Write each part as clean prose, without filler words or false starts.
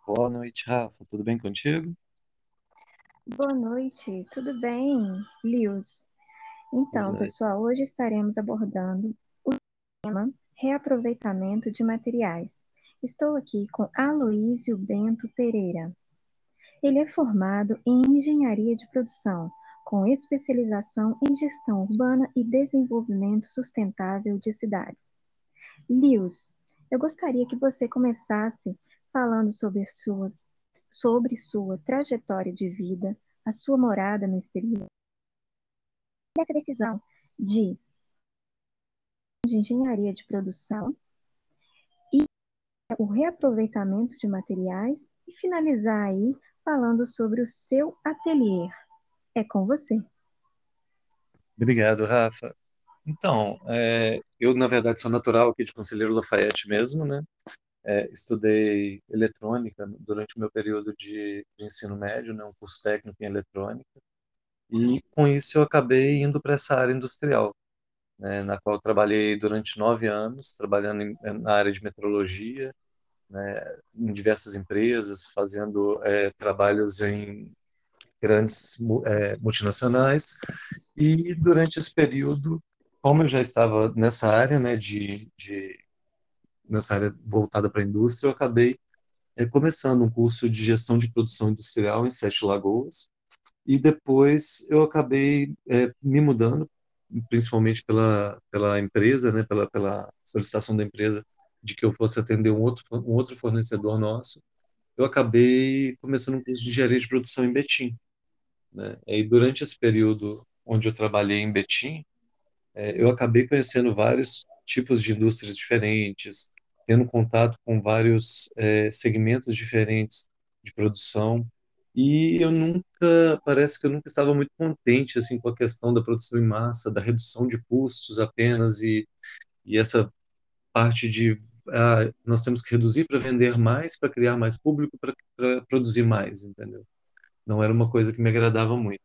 Boa noite, Rafa. Tudo bem contigo? Boa noite, tudo bem, Lius? Tudo Então, bem. pessoal, hoje estaremos abordando reaproveitamento de materiais. Estou aqui com Aloísio Bento Pereira. Ele é formado em Engenharia de Produção, com especialização em Gestão Urbana e Desenvolvimento Sustentável de Cidades. Lius, eu gostaria que você começasse falando sobre sua trajetória de vida, a sua morada no exterior, dessa decisão de, de engenharia de produção e o reaproveitamento de materiais e finalizar aí falando sobre o seu ateliê. É com você. Obrigado, Rafa. Então, eu, na verdade, sou natural aqui de Conselheiro Lafayette mesmo, né? Estudei eletrônica durante o meu período de ensino médio, né? Um curso técnico em eletrônica. E, com isso, eu acabei indo para essa área industrial, né? Na qual eu trabalhei durante 9 anos, trabalhando na área de metrologia, né? Em diversas empresas, fazendo trabalhos em grandes multinacionais. E durante esse período, como eu já estava nessa área, né, nessa área voltada para a indústria, eu acabei começando um curso de gestão de produção industrial em Sete Lagoas. E depois eu acabei me mudando, principalmente pela empresa, né, pela solicitação da empresa de que eu fosse atender um outro fornecedor nosso. Eu acabei começando um curso de engenharia de produção em Betim, né? E durante esse período onde eu trabalhei em Betim, eu acabei conhecendo vários tipos de indústrias diferentes, tendo contato com vários segmentos diferentes de produção, e parece que eu nunca estava muito contente assim com a questão da produção em massa, da redução de custos apenas e essa parte de nós temos que reduzir para vender mais, para criar mais público, para produzir mais, entendeu? Não era uma coisa que me agradava muito.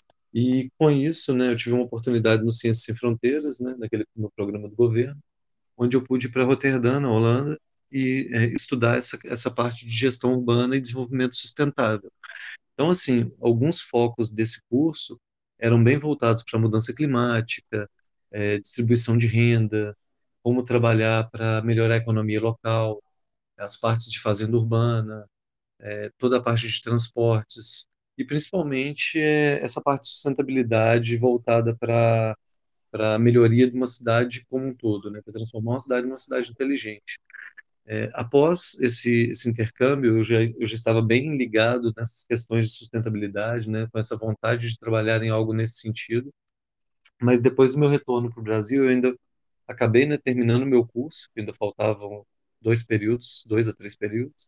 E com isso, né, eu tive uma oportunidade no Ciências Sem Fronteiras, né, no programa do governo, onde eu pude ir para Roterdã, na Holanda, e estudar essa parte de gestão urbana e desenvolvimento sustentável. Então, assim, alguns focos desse curso eram bem voltados para mudança climática, distribuição de renda, como trabalhar para melhorar a economia local, as partes de fazenda urbana, toda a parte de transportes e principalmente essa parte de sustentabilidade voltada para a melhoria de uma cidade como um todo, né, para transformar uma cidade numa cidade inteligente. Após esse intercâmbio, eu já estava bem ligado nessas questões de sustentabilidade, né, com essa vontade de trabalhar em algo nesse sentido. Mas depois do meu retorno para o Brasil, eu ainda acabei, né, terminando o meu curso, que ainda faltavam 2 períodos, 2 a 3 períodos,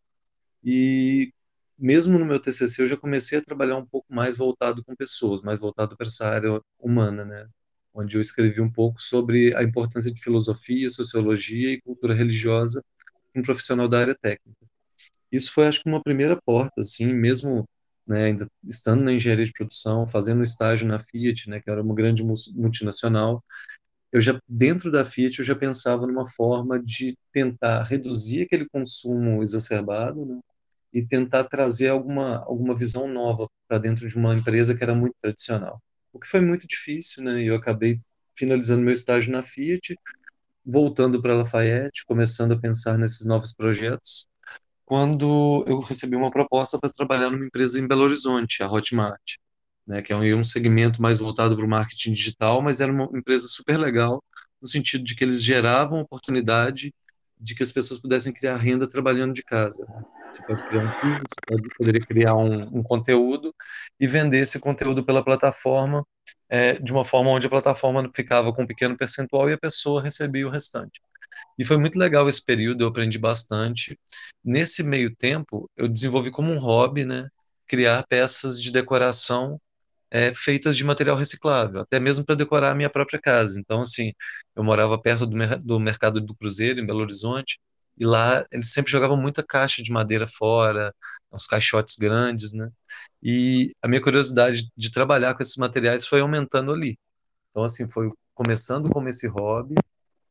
e mesmo no meu TCC eu já comecei a trabalhar um pouco mais voltado com pessoas, mais voltado para essa área humana, né? Onde eu escrevi um pouco sobre a importância de filosofia, sociologia e cultura religiosa em um profissional da área técnica. Isso foi, acho que, uma primeira porta, assim, mesmo, né, ainda estando na engenharia de produção, fazendo estágio na Fiat, né, que era uma grande multinacional, eu já dentro da Fiat eu já pensava numa forma de tentar reduzir aquele consumo exacerbado, né, e tentar trazer alguma visão nova para dentro de uma empresa que era muito tradicional. O que foi muito difícil, né? E eu acabei finalizando meu estágio na Fiat, voltando para a Lafayette, começando a pensar nesses novos projetos, quando eu recebi uma proposta para trabalhar numa empresa em Belo Horizonte, a Hotmart, né, que é um segmento mais voltado para o marketing digital, mas era uma empresa super legal, no sentido de que eles geravam oportunidade de que as pessoas pudessem criar renda trabalhando de casa, né? Você pode criar um curso, poderia criar um conteúdo e vender esse conteúdo pela plataforma, de uma forma onde a plataforma ficava com um pequeno percentual e a pessoa recebia o restante. E foi muito legal esse período, eu aprendi bastante. Nesse meio tempo, eu desenvolvi como um hobby, né, criar peças de decoração feitas de material reciclável, até mesmo para decorar a minha própria casa. Então, assim, eu morava perto do Mercado do Cruzeiro, em Belo Horizonte, e lá eles sempre jogavam muita caixa de madeira fora, uns caixotes grandes, né? E a minha curiosidade de trabalhar com esses materiais foi aumentando ali. Então, assim, foi começando como esse hobby,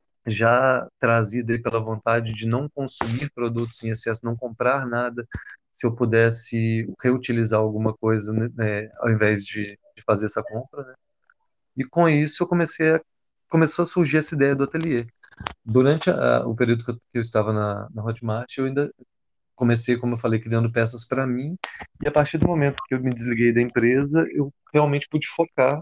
já trazido aí pela vontade de não consumir produtos em excesso, não comprar nada se eu pudesse reutilizar alguma coisa, né, ao invés de fazer essa compra, né? E com isso começou a surgir essa ideia do ateliê. Durante o período que eu estava na Hotmart, eu ainda comecei, como eu falei, criando peças para mim, e a partir do momento que eu me desliguei da empresa, eu realmente pude focar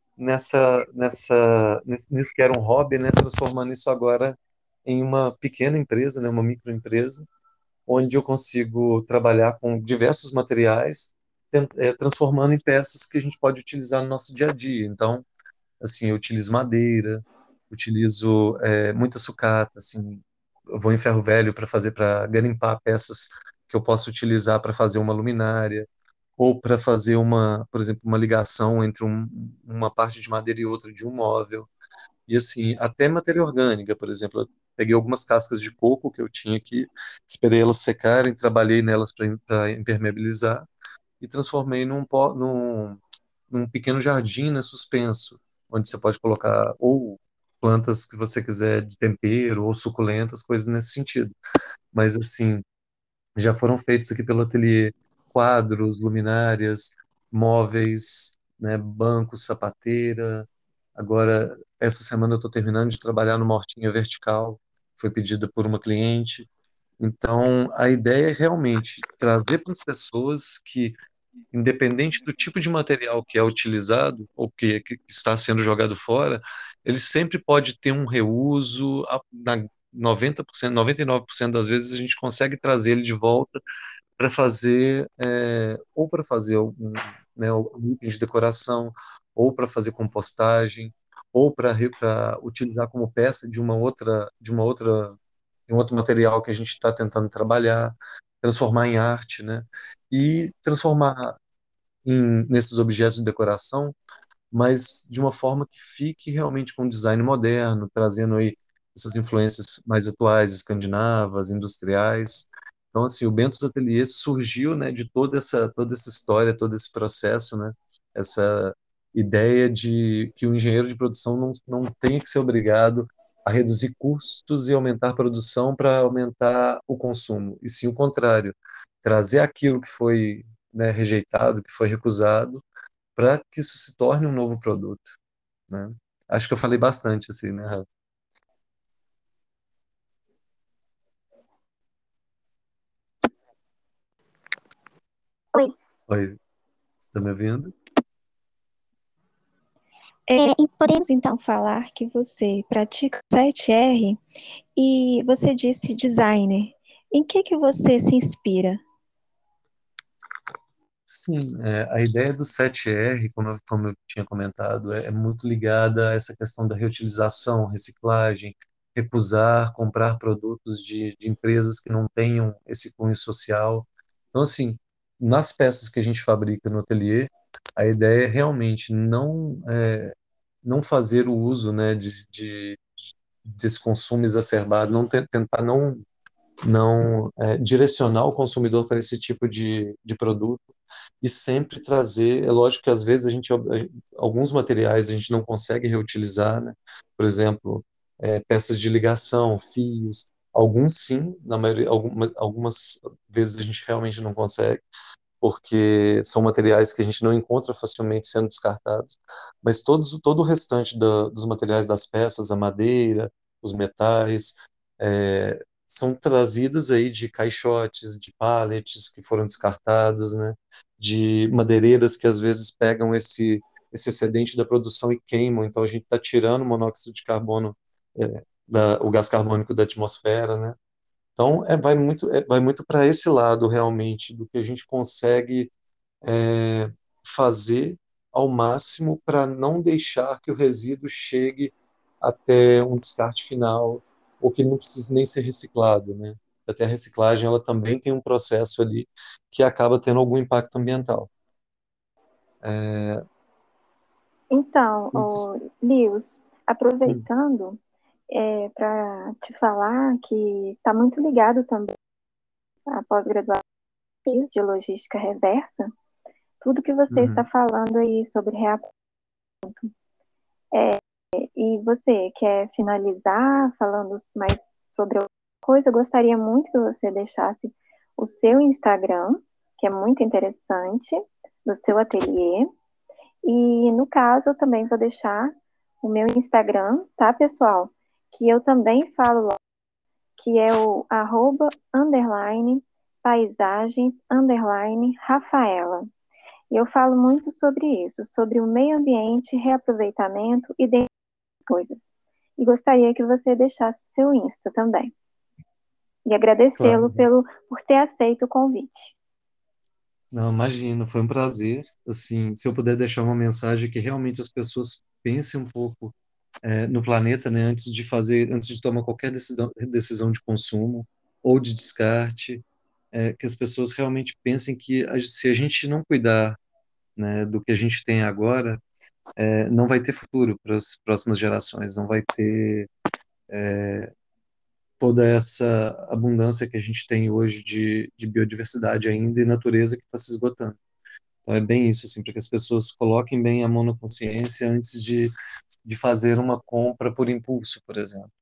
nisso que era um hobby, né, transformando isso agora em uma pequena empresa, né, uma microempresa, onde eu consigo trabalhar com diversos materiais, transformando em peças que a gente pode utilizar no nosso dia a dia. Então, assim, eu utilizo madeira, utilizo muita sucata, assim, eu vou em ferro velho para garimpar peças que eu posso utilizar para fazer uma luminária, ou para fazer por exemplo, uma ligação entre uma parte de madeira e outra de um móvel. E assim, até matéria orgânica, por exemplo, eu peguei algumas cascas de coco que eu tinha aqui, esperei elas secarem, trabalhei nelas para impermeabilizar e transformei num pequeno jardim, né, suspenso, onde você pode colocar ou plantas que você quiser de tempero ou suculentas, coisas nesse sentido. Mas assim, já foram feitos aqui pelo ateliê quadros, luminárias, móveis, né, bancos, sapateira. Agora, essa semana eu estou terminando de trabalhar numa hortinha vertical, foi pedida por uma cliente. Então, a ideia é realmente trazer para as pessoas que, independente do tipo de material que é utilizado ou que está sendo jogado fora, ele sempre pode ter um reuso. Na 90%, 99% das vezes a gente consegue trazer ele de volta para fazer, ou para fazer né, um item de decoração, ou para fazer compostagem, ou para utilizar como peça de um outro material que a gente está tentando trabalhar, transformar em arte, né? E transformar nesses objetos de decoração, mas de uma forma que fique realmente com um design moderno, trazendo aí essas influências mais atuais, escandinavas, industriais. Então, assim, o Bentos Atelier surgiu, né, de toda essa história, todo esse processo, né, essa ideia de que o engenheiro de produção não tenha que ser obrigado a reduzir custos e aumentar a produção para aumentar o consumo, e sim o contrário, trazer aquilo que foi, né, rejeitado, que foi recusado, para que isso se torne um novo produto, né? Acho que eu falei bastante assim, né, Rafa? Oi. Oi, você está me ouvindo? E podemos então falar que você pratica o 7R e você disse designer. Em que você se inspira? Sim, a ideia do 7R, como eu tinha comentado, é muito ligada a essa questão da reutilização, reciclagem, recusar, comprar produtos de empresas que não tenham esse cunho social. Então, assim, nas peças que a gente fabrica no ateliê, a ideia é realmente não fazer o uso, né, desse consumo exacerbado, tentar não direcionar o consumidor para esse tipo de produto e sempre trazer. É lógico que às vezes alguns materiais a gente não consegue reutilizar, né? Por exemplo, peças de ligação, fios, alguns sim, na maioria, algumas vezes a gente realmente não consegue, porque são materiais que a gente não encontra facilmente sendo descartados, mas todo o restante dos materiais das peças, a madeira, os metais, são trazidos aí de caixotes, de pallets que foram descartados, né, de madeireiras que às vezes pegam esse excedente da produção e queimam, então a gente está tirando o monóxido de carbono, o gás carbônico da atmosfera, né? Então, vai muito para esse lado realmente do que a gente consegue fazer ao máximo para não deixar que o resíduo chegue até um descarte final ou que ele não precise nem ser reciclado, né? Até a reciclagem ela também tem um processo ali que acaba tendo algum impacto ambiental. É, Então, e des- Lios, hum, aproveitando para te falar que está muito ligado também à pós-graduação de logística reversa, tudo que você está uhum. falando aí sobre e você quer finalizar falando mais sobre outra coisa? Eu gostaria muito que você deixasse o seu Instagram que é muito interessante, do seu ateliê. E no caso, eu também vou deixar o meu Instagram, tá, pessoal? Que eu também falo lá, que é o @paisagens_Rafaela. E eu falo muito sobre isso, sobre o meio ambiente, reaproveitamento e dentre outras coisas. E gostaria que você deixasse o seu Insta também. E agradecê-lo Claro. por ter aceito o convite. Não, imagina, foi um prazer. Assim, se eu puder deixar uma mensagem que realmente as pessoas pensem um pouco no planeta, né, antes de tomar qualquer decisão de consumo ou de descarte, que as pessoas realmente pensem que se a gente não cuidar, né, do que a gente tem agora, não vai ter futuro para as próximas gerações, não vai ter toda essa abundância que a gente tem hoje de biodiversidade ainda e natureza que está se esgotando. Então é bem isso, assim, para que as pessoas coloquem bem a mão na consciência antes de fazer uma compra por impulso, por exemplo.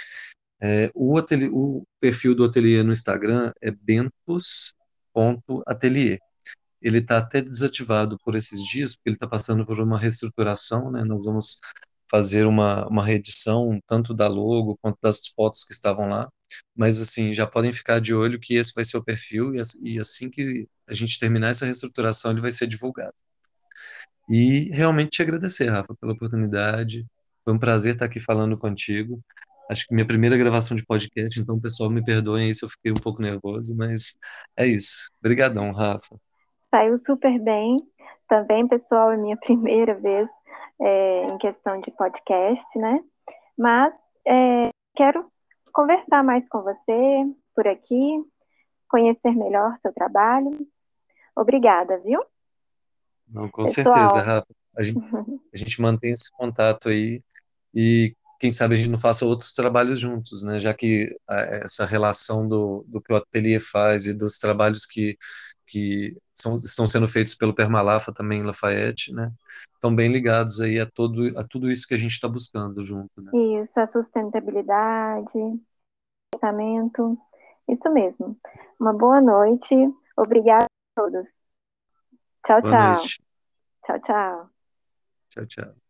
O perfil do ateliê no Instagram é bentos.ateliê. Ele está até desativado por esses dias, porque ele está passando por uma reestruturação, né? Nós vamos fazer uma reedição, tanto da logo quanto das fotos que estavam lá. Mas, assim, já podem ficar de olho que esse vai ser o perfil, e assim que a gente terminar essa reestruturação, ele vai ser divulgado. E realmente te agradecer, Rafa, pela oportunidade. Foi um prazer estar aqui falando contigo. Acho que minha primeira gravação de podcast, então, pessoal, me perdoem aí se eu fiquei um pouco nervoso, mas é isso. Obrigadão, Rafa. Saiu super bem. Também, pessoal, é minha primeira vez em questão de podcast, né? Mas quero conversar mais com você por aqui, conhecer melhor seu trabalho. Obrigada, viu? Não, com certeza, Pessoal, Rafa. A gente mantém esse contato aí e quem sabe a gente não faça outros trabalhos juntos, né? Já que essa relação do que o ateliê faz e dos trabalhos que estão sendo feitos pelo Permalafa também em Lafayette, né? Estão bem ligados aí a tudo isso que a gente está buscando junto, né? isso, a sustentabilidade, pensamento, isso mesmo. Uma boa noite. Obrigada a todos. Tchau, Boa tchau. noite. Tchau, tchau. Tchau, tchau.